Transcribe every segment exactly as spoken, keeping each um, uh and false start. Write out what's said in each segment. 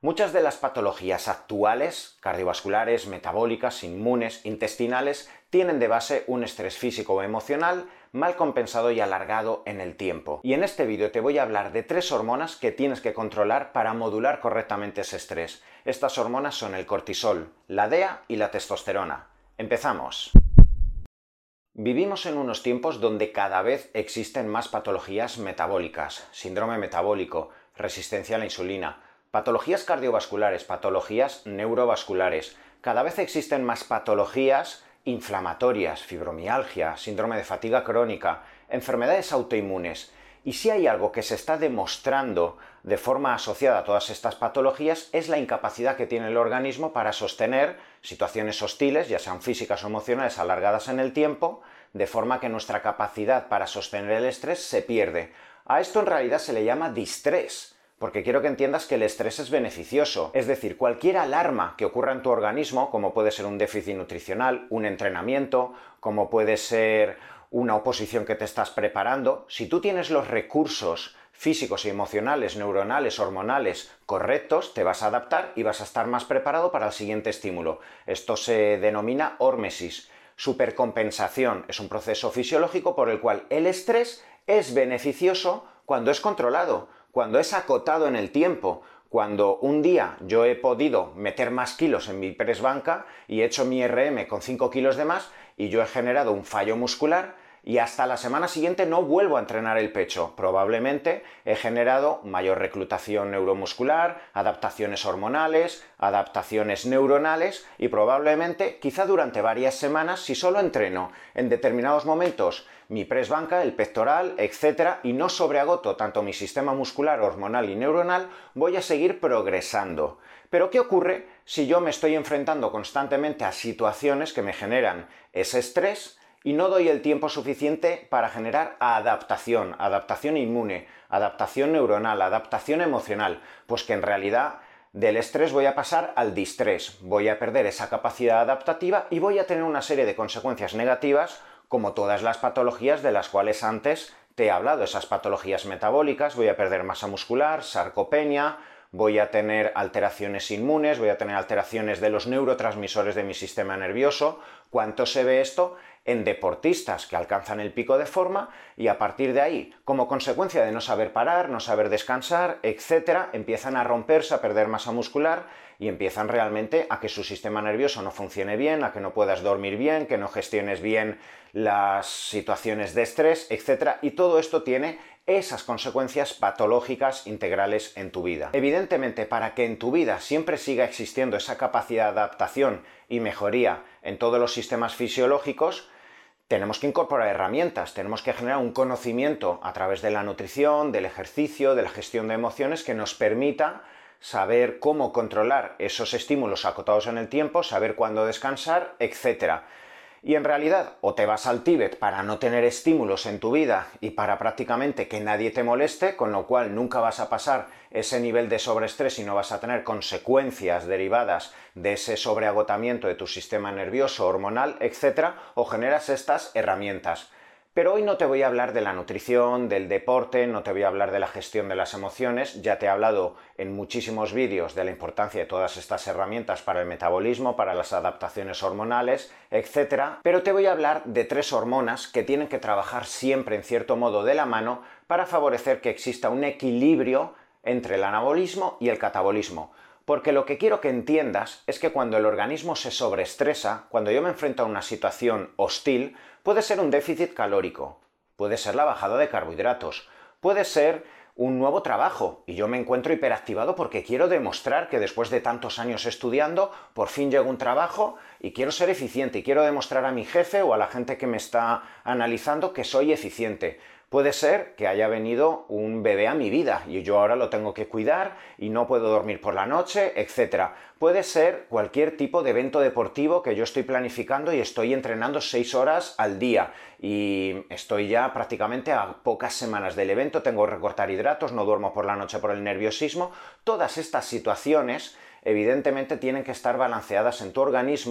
Muchas de las patologías actuales, cardiovasculares, metabólicas, inmunes, intestinales, tienen de base un estrés físico o emocional mal compensado y alargado en el tiempo. Y en este vídeo te voy a hablar de tres hormonas que tienes que controlar para modular correctamente ese estrés. Estas hormonas son el cortisol, la D E A y la testosterona. ¡Empezamos! Vivimos en unos tiempos donde cada vez existen más patologías metabólicas, síndrome metabólico, resistencia a la insulina, patologías cardiovasculares, patologías neurovasculares. Cada vez existen más patologías inflamatorias, fibromialgia, síndrome de fatiga crónica, enfermedades autoinmunes. Y si hay algo que se está demostrando de forma asociada a todas estas patologías es la incapacidad que tiene el organismo para sostener situaciones hostiles, ya sean físicas o emocionales, alargadas en el tiempo, de forma que nuestra capacidad para sostener el estrés se pierde. A esto en realidad se le llama distrés, porque quiero que entiendas que el estrés es beneficioso. Es decir, cualquier alarma que ocurra en tu organismo, como puede ser un déficit nutricional, un entrenamiento, como puede ser una oposición que te estás preparando, si tú tienes los recursos físicos y emocionales, neuronales, hormonales correctos, te vas a adaptar y vas a estar más preparado para el siguiente estímulo. Esto se denomina hórmesis. Supercompensación es un proceso fisiológico por el cual el estrés es beneficioso cuando es controlado, cuando es acotado en el tiempo. Cuando un día yo he podido meter más kilos en mi press banca y he hecho mi R M con cinco kilos de más y yo he generado un fallo muscular y hasta la semana siguiente no vuelvo a entrenar el pecho. Probablemente he generado mayor reclutación neuromuscular, adaptaciones hormonales, adaptaciones neuronales y probablemente, quizá durante varias semanas, si solo entreno en determinados momentos mi press banca, el pectoral, etcétera, y no sobreagoto tanto mi sistema muscular, hormonal y neuronal, voy a seguir progresando. Pero ¿qué ocurre si yo me estoy enfrentando constantemente a situaciones que me generan ese estrés y no doy el tiempo suficiente para generar adaptación, adaptación inmune, adaptación neuronal, adaptación emocional? Pues que en realidad del estrés voy a pasar al distrés, voy a perder esa capacidad adaptativa y voy a tener una serie de consecuencias negativas como todas las patologías de las cuales antes te he hablado, esas patologías metabólicas, voy a perder masa muscular, sarcopenia, voy a tener alteraciones inmunes, voy a tener alteraciones de los neurotransmisores de mi sistema nervioso. ¿Cuánto se ve esto en deportistas que alcanzan el pico de forma y a partir de ahí, como consecuencia de no saber parar, no saber descansar, etcétera, empiezan a romperse, a perder masa muscular y empiezan realmente a que su sistema nervioso no funcione bien, a que no puedas dormir bien, que no gestiones bien las situaciones de estrés, etcétera, y todo esto tiene esas consecuencias patológicas integrales en tu vida. Evidentemente, para que en tu vida siempre siga existiendo esa capacidad de adaptación y mejoría en todos los sistemas fisiológicos, tenemos que incorporar herramientas, tenemos que generar un conocimiento a través de la nutrición, del ejercicio, de la gestión de emociones que nos permita saber cómo controlar esos estímulos acotados en el tiempo, saber cuándo descansar, etcétera. Y en realidad, o te vas al Tíbet para no tener estímulos en tu vida y para prácticamente que nadie te moleste, con lo cual nunca vas a pasar ese nivel de sobreestrés y no vas a tener consecuencias derivadas de ese sobreagotamiento de tu sistema nervioso, hormonal, etcétera, o generas estas herramientas. Pero hoy no te voy a hablar de la nutrición, del deporte, no te voy a hablar de la gestión de las emociones, ya te he hablado en muchísimos vídeos de la importancia de todas estas herramientas para el metabolismo, para las adaptaciones hormonales, etcétera. Pero te voy a hablar de tres hormonas que tienen que trabajar siempre en cierto modo de la mano para favorecer que exista un equilibrio entre el anabolismo y el catabolismo. Porque lo que quiero que entiendas es que cuando el organismo se sobreestresa, cuando yo me enfrento a una situación hostil, puede ser un déficit calórico, puede ser la bajada de carbohidratos, puede ser un nuevo trabajo y yo me encuentro hiperactivado porque quiero demostrar que después de tantos años estudiando, por fin llego a un trabajo y quiero ser eficiente y quiero demostrar a mi jefe o a la gente que me está analizando que soy eficiente. Puede ser que haya venido un bebé a mi vida y yo ahora lo tengo que cuidar y no puedo dormir por la noche, etcétera. Puede ser cualquier tipo de evento deportivo que yo estoy planificando y estoy entrenando seis horas al día y estoy ya prácticamente a pocas semanas del evento, tengo que recortar hidratos, no duermo por la noche por el nerviosismo. Todas estas situaciones evidentemente tienen que estar balanceadas en tu organismo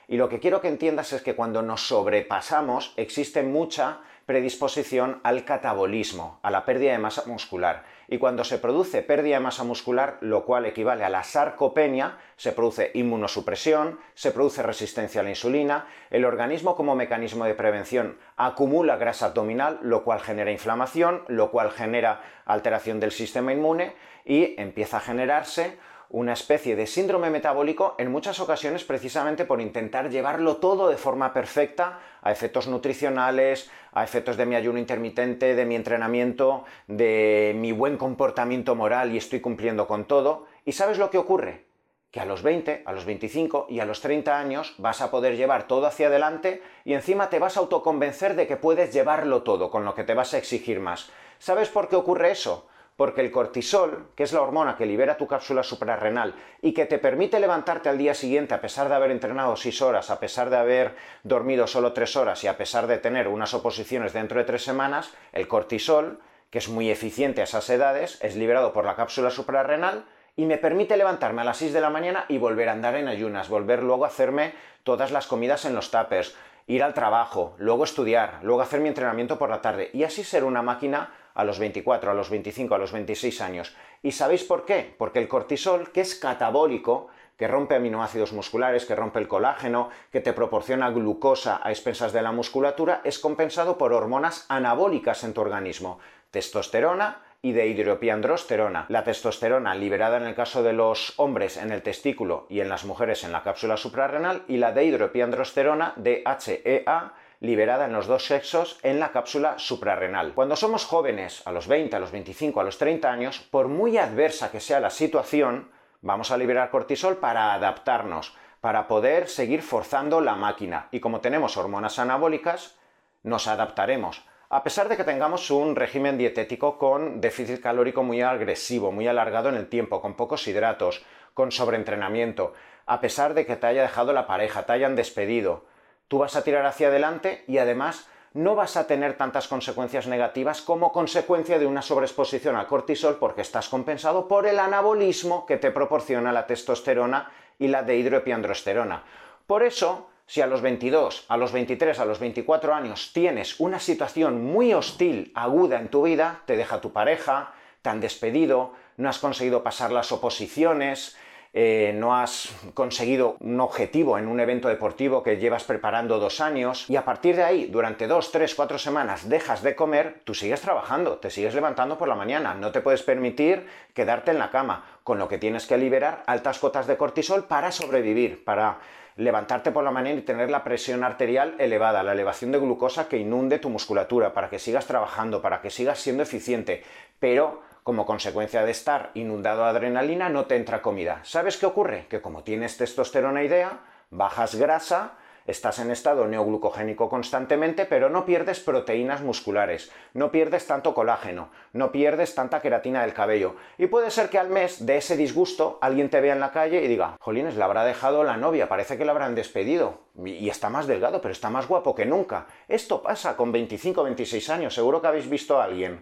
Y lo que quiero que entiendas es que cuando nos sobrepasamos existe mucha predisposición al catabolismo, a la pérdida de masa muscular. Y cuando se produce pérdida de masa muscular, lo cual equivale a la sarcopenia, se produce inmunosupresión, se produce resistencia a la insulina, el organismo como mecanismo de prevención acumula grasa abdominal, lo cual genera inflamación, lo cual genera alteración del sistema inmune y empieza a generarse una especie de síndrome metabólico, en muchas ocasiones precisamente por intentar llevarlo todo de forma perfecta a efectos nutricionales, a efectos de mi ayuno intermitente, de mi entrenamiento, de mi buen comportamiento moral y estoy cumpliendo con todo. ¿Y sabes lo que ocurre? Que a los veinte, a los veinticinco y a los treinta años vas a poder llevar todo hacia adelante y encima te vas a autoconvencer de que puedes llevarlo todo, con lo que te vas a exigir más. ¿Sabes por qué ocurre eso? Porque el cortisol, que es la hormona que libera tu cápsula suprarrenal y que te permite levantarte al día siguiente a pesar de haber entrenado seis horas, a pesar de haber dormido solo tres horas y a pesar de tener unas oposiciones dentro de tres semanas, el cortisol, que es muy eficiente a esas edades, es liberado por la cápsula suprarrenal y me permite levantarme a las seis de la mañana y volver a andar en ayunas, volver luego a hacerme todas las comidas en los tuppers, ir al trabajo, luego estudiar, luego hacer mi entrenamiento por la tarde y así ser una máquina a los veinticuatro, a los veinticinco, a los veintiséis años. ¿Y sabéis por qué? Porque el cortisol, que es catabólico, que rompe aminoácidos musculares, que rompe el colágeno, que te proporciona glucosa a expensas de la musculatura, es compensado por hormonas anabólicas en tu organismo, testosterona y dehidroepiandrosterona. La testosterona liberada en el caso de los hombres en el testículo y en las mujeres en la cápsula suprarrenal y la dehidroepiandrosterona, D H E A, liberada en los dos sexos en la cápsula suprarrenal. Cuando somos jóvenes, a los veinte, a los veinticinco, a los treinta años, por muy adversa que sea la situación, vamos a liberar cortisol para adaptarnos, para poder seguir forzando la máquina. Y como tenemos hormonas anabólicas, nos adaptaremos. A pesar de que tengamos un régimen dietético con déficit calórico muy agresivo, muy alargado en el tiempo, con pocos hidratos, con sobreentrenamiento, a pesar de que te haya dejado la pareja, te hayan despedido, tú vas a tirar hacia adelante y además no vas a tener tantas consecuencias negativas como consecuencia de una sobreexposición al cortisol porque estás compensado por el anabolismo que te proporciona la testosterona y la dehidroepiandrosterona. Por eso, si a los veintidós, a los veintitrés, a los veinticuatro años tienes una situación muy hostil, aguda en tu vida, te deja tu pareja, te han despedido, no has conseguido pasar las oposiciones, Eh, no has conseguido un objetivo en un evento deportivo que llevas preparando dos años y a partir de ahí, durante dos, tres, cuatro semanas dejas de comer, tú sigues trabajando, te sigues levantando por la mañana, no te puedes permitir quedarte en la cama, con lo que tienes que liberar altas cotas de cortisol para sobrevivir, para levantarte por la mañana y tener la presión arterial elevada, la elevación de glucosa que inunde tu musculatura, para que sigas trabajando, para que sigas siendo eficiente, pero como consecuencia de estar inundado de adrenalina no te entra comida. ¿Sabes qué ocurre? Que como tienes testosterona y D E A, bajas grasa, estás en estado neoglucogénico constantemente, pero no pierdes proteínas musculares, no pierdes tanto colágeno, no pierdes tanta queratina del cabello. Y puede ser que al mes de ese disgusto alguien te vea en la calle y diga, jolines, la habrá dejado la novia, parece que la habrán despedido. Y está más delgado, pero está más guapo que nunca. Esto pasa con veinticinco o veintiséis años. Seguro que habéis visto a alguien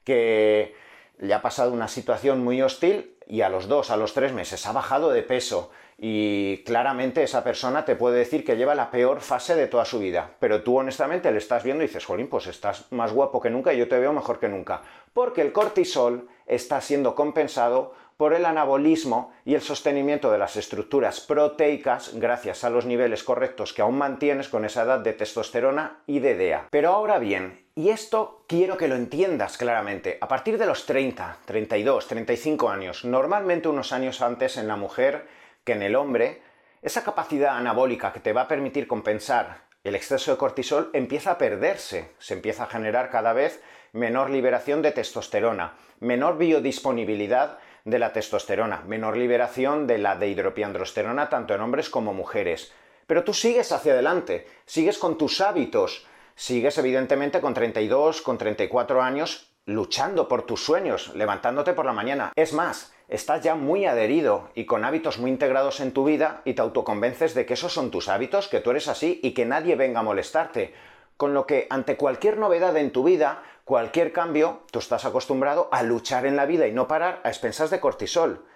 que le ha pasado una situación muy hostil y a los dos, a los tres meses ha bajado de peso y claramente esa persona te puede decir que lleva la peor fase de toda su vida, pero tú honestamente le estás viendo y dices, jolín, pues estás más guapo que nunca y yo te veo mejor que nunca, porque el cortisol está siendo compensado por el anabolismo y el sostenimiento de las estructuras proteicas gracias a los niveles correctos que aún mantienes con esa edad de testosterona y de D E A. Pero ahora bien, y esto quiero que lo entiendas claramente, a partir de los treinta, treinta y dos, treinta y cinco años, normalmente unos años antes en la mujer que en el hombre, esa capacidad anabólica que te va a permitir compensar el exceso de cortisol empieza a perderse, se empieza a generar cada vez menor liberación de testosterona, menor biodisponibilidad de la testosterona, menor liberación de la dehidroepiandrosterona tanto en hombres como mujeres. Pero tú sigues hacia adelante, sigues con tus hábitos, sigues evidentemente con treinta y dos, con treinta y cuatro años luchando por tus sueños, levantándote por la mañana. Es más, estás ya muy adherido y con hábitos muy integrados en tu vida y te autoconvences de que esos son tus hábitos, que tú eres así y que nadie venga a molestarte. Con lo que ante cualquier novedad en tu vida, cualquier cambio, tú estás acostumbrado a luchar en la vida y no parar a expensas de cortisol.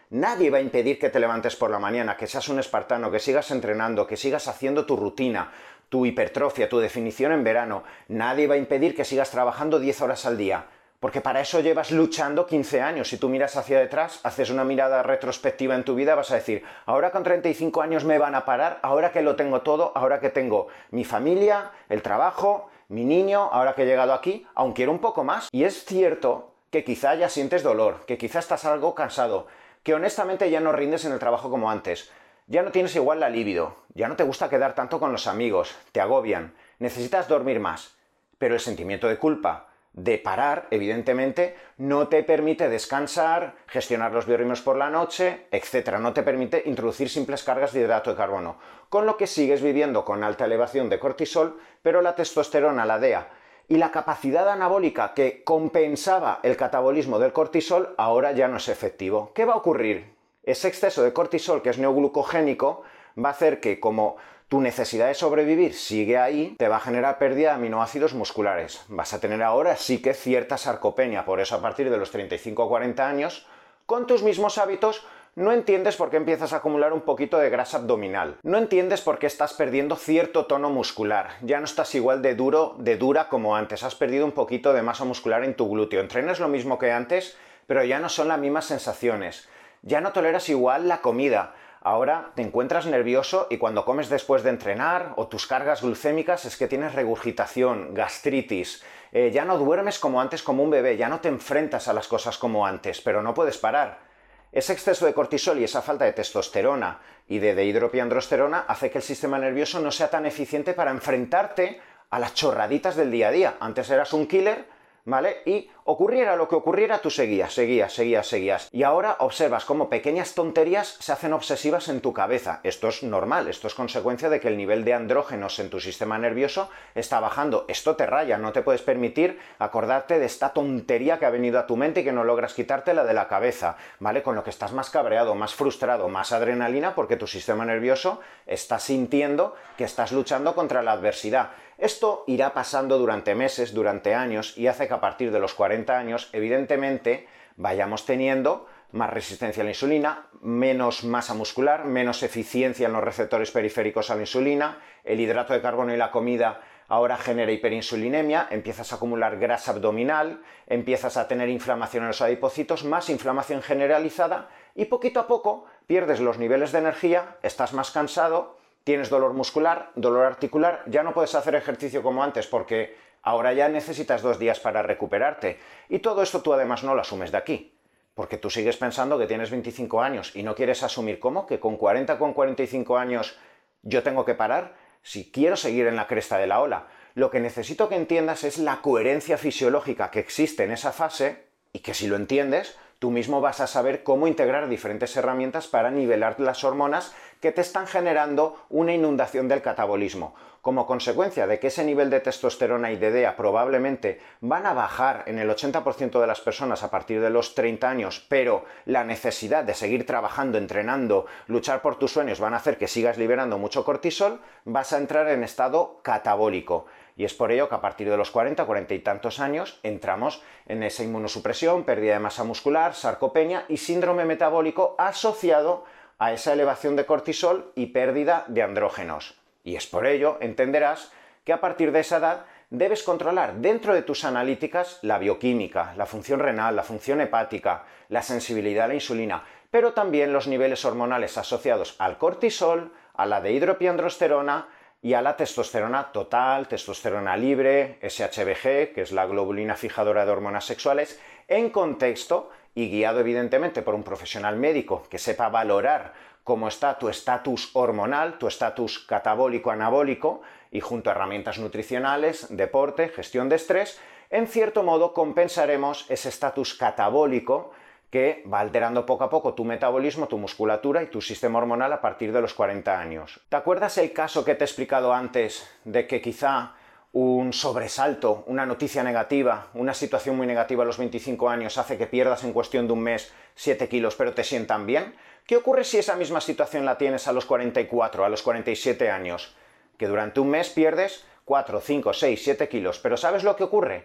Nadie va a impedir que te levantes por la mañana, que seas un espartano, que sigas entrenando, que sigas haciendo tu rutina, tu hipertrofia, tu definición en verano. Nadie va a impedir que sigas trabajando diez horas al día. Porque para eso llevas luchando quince años. Si tú miras hacia detrás, haces una mirada retrospectiva en tu vida, vas a decir, ahora con treinta y cinco años me van a parar, ahora que lo tengo todo, ahora que tengo mi familia, el trabajo, mi niño, ahora que he llegado aquí, aún quiero un poco más. Y es cierto que quizá ya sientes dolor, que quizá estás algo cansado, que honestamente ya no rindes en el trabajo como antes. Ya no tienes igual la libido, ya no te gusta quedar tanto con los amigos, te agobian, necesitas dormir más. Pero el sentimiento de culpa, de parar, evidentemente, no te permite descansar, gestionar los biorritmos por la noche, etcétera. No te permite introducir simples cargas de hidrato de carbono. Con lo que sigues viviendo con alta elevación de cortisol, pero la testosterona, la D E A, y la capacidad anabólica que compensaba el catabolismo del cortisol, ahora ya no es efectivo. ¿Qué va a ocurrir? Ese exceso de cortisol, que es neoglucogénico, va a hacer que, como tu necesidad de sobrevivir sigue ahí, te va a generar pérdida de aminoácidos musculares. Vas a tener ahora sí que cierta sarcopenia. Por eso, a partir de los treinta y cinco a cuarenta años, con tus mismos hábitos, no entiendes por qué empiezas a acumular un poquito de grasa abdominal. No entiendes por qué estás perdiendo cierto tono muscular. Ya no estás igual de duro, de dura como antes. Has perdido un poquito de masa muscular en tu glúteo. Entrenas lo mismo que antes, pero ya no son las mismas sensaciones. Ya no toleras igual la comida. Ahora te encuentras nervioso y cuando comes después de entrenar o tus cargas glucémicas es que tienes regurgitación, gastritis, eh, ya no duermes como antes como un bebé, ya no te enfrentas a las cosas como antes, pero no puedes parar. Ese exceso de cortisol y esa falta de testosterona y de dehidropiandrosterona hace que el sistema nervioso no sea tan eficiente para enfrentarte a las chorraditas del día a día. Antes eras un killer, ¿vale? Y ocurriera lo que ocurriera, tú seguías, seguías, seguías, seguías. Y ahora observas cómo pequeñas tonterías se hacen obsesivas en tu cabeza. Esto es normal, esto es consecuencia de que el nivel de andrógenos en tu sistema nervioso está bajando. Esto te raya, no te puedes permitir acordarte de esta tontería que ha venido a tu mente y que no logras quitártela de la cabeza, ¿vale? Con lo que estás más cabreado, más frustrado, más adrenalina, porque tu sistema nervioso está sintiendo que estás luchando contra la adversidad. Esto irá pasando durante meses, durante años, y hace que a partir de los cuarenta años, evidentemente, vayamos teniendo más resistencia a la insulina, menos masa muscular, menos eficiencia en los receptores periféricos a la insulina, el hidrato de carbono y la comida ahora genera hiperinsulinemia, empiezas a acumular grasa abdominal, empiezas a tener inflamación en los adipocitos, más inflamación generalizada, y poquito a poco pierdes los niveles de energía, estás más cansado, tienes dolor muscular, dolor articular, ya no puedes hacer ejercicio como antes porque ahora ya necesitas dos días para recuperarte. Y todo esto tú además no lo asumes de aquí, porque tú sigues pensando que tienes veinticinco años y no quieres asumir cómo, que con cuarenta, con cuarenta y cinco años yo tengo que parar si quiero seguir en la cresta de la ola. Lo que necesito que entiendas es la coherencia fisiológica que existe en esa fase y que si lo entiendes, tú mismo vas a saber cómo integrar diferentes herramientas para nivelar las hormonas que te están generando una inundación del catabolismo. Como consecuencia de que ese nivel de testosterona y de D E A probablemente van a bajar en el ochenta por ciento de las personas a partir de los treinta años, pero la necesidad de seguir trabajando, entrenando, luchar por tus sueños van a hacer que sigas liberando mucho cortisol, vas a entrar en estado catabólico. Y es por ello que a partir de los cuarenta, cuarenta y tantos años entramos en esa inmunosupresión, pérdida de masa muscular, sarcopenia y síndrome metabólico asociado a esa elevación de cortisol y pérdida de andrógenos. Y es por ello, entenderás, que a partir de esa edad debes controlar dentro de tus analíticas la bioquímica, la función renal, la función hepática, la sensibilidad a la insulina, pero también los niveles hormonales asociados al cortisol, a la dehidropiandrosterona y a la testosterona total, testosterona libre, S H B G, que es la globulina fijadora de hormonas sexuales, en contexto y guiado evidentemente por un profesional médico que sepa valorar cómo está tu estatus hormonal, tu estatus catabólico anabólico y junto a herramientas nutricionales, deporte, gestión de estrés, en cierto modo compensaremos ese estatus catabólico que va alterando poco a poco tu metabolismo, tu musculatura y tu sistema hormonal a partir de los cuarenta años. ¿Te acuerdas el caso que te he explicado antes de que quizá un sobresalto, una noticia negativa, una situación muy negativa a los veinticinco años hace que pierdas en cuestión de un mes siete kilos pero te sientan bien? ¿Qué ocurre si esa misma situación la tienes a los cuarenta y cuatro, a los cuarenta y siete años? Que durante un mes pierdes cuatro, cinco, seis, siete kilos, pero ¿sabes lo que ocurre?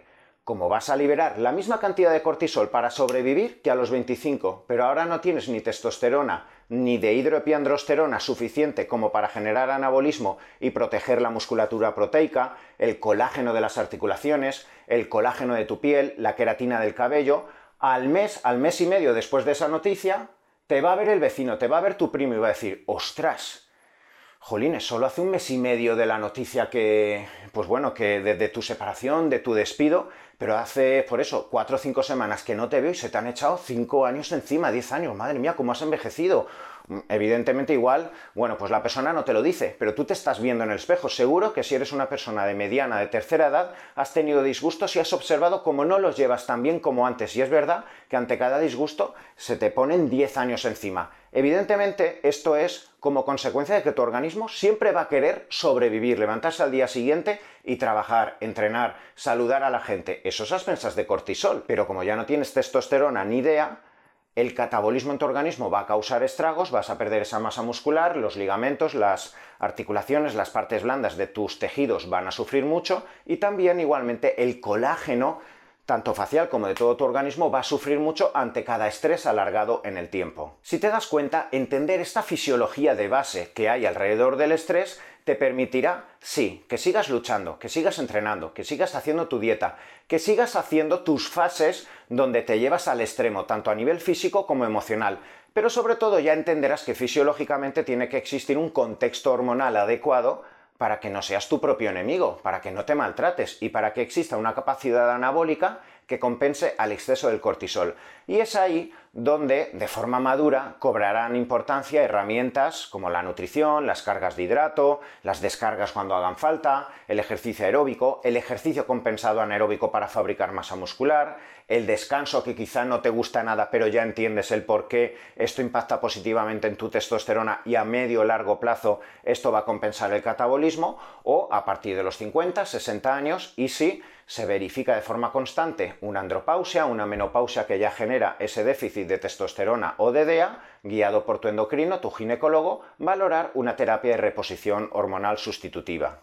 como vas a liberar la misma cantidad de cortisol para sobrevivir que a los veinticinco, pero ahora no tienes ni testosterona ni dehidroepiandrosterona suficiente como para generar anabolismo y proteger la musculatura proteica, el colágeno de las articulaciones, el colágeno de tu piel, la queratina del cabello, al mes, al mes y medio después de esa noticia, te va a ver el vecino, te va a ver tu primo y va a decir, ¡ostras! Jolines, solo hace un mes y medio de la noticia que, pues bueno, que de, de tu separación, de tu despido, pero hace, por eso, cuatro o cinco semanas que no te veo y se te han echado cinco años encima, diez años, madre mía, cómo has envejecido. Evidentemente igual, bueno, pues la persona no te lo dice, pero tú te estás viendo en el espejo. Seguro que si eres una persona de mediana, de tercera edad, has tenido disgustos y has observado cómo no los llevas tan bien como antes. Y es verdad que ante cada disgusto se te ponen diez años encima. Evidentemente esto es como consecuencia de que tu organismo siempre va a querer sobrevivir, levantarse al día siguiente y trabajar, entrenar, saludar a la gente. Eso es a expensas de cortisol, pero como ya no tienes testosterona ni D E A, el catabolismo en tu organismo va a causar estragos, vas a perder esa masa muscular, los ligamentos, las articulaciones, las partes blandas de tus tejidos van a sufrir mucho y también igualmente el colágeno, tanto facial como de todo tu organismo, va a sufrir mucho ante cada estrés alargado en el tiempo. Si te das cuenta, entender esta fisiología de base que hay alrededor del estrés te permitirá, sí, que sigas luchando, que sigas entrenando, que sigas haciendo tu dieta, que sigas haciendo tus fases donde te llevas al extremo, tanto a nivel físico como emocional, pero sobre todo ya entenderás que fisiológicamente tiene que existir un contexto hormonal adecuado para que no seas tu propio enemigo, para que no te maltrates y para que exista una capacidad anabólica que compense al exceso del cortisol. Y es ahí donde, de forma madura, cobrarán importancia herramientas como la nutrición, las cargas de hidrato, las descargas cuando hagan falta, el ejercicio aeróbico, el ejercicio compensado anaeróbico para fabricar masa muscular, el descanso que quizá no te gusta nada pero ya entiendes el por qué esto impacta positivamente en tu testosterona y a medio o largo plazo esto va a compensar el catabolismo, o a partir de los cincuenta, sesenta años, y si se verifica de forma constante una andropausia, una menopausia que ya genera ese déficit de testosterona o de D E A, guiado por tu endocrino, tu ginecólogo, valorar una terapia de reposición hormonal sustitutiva.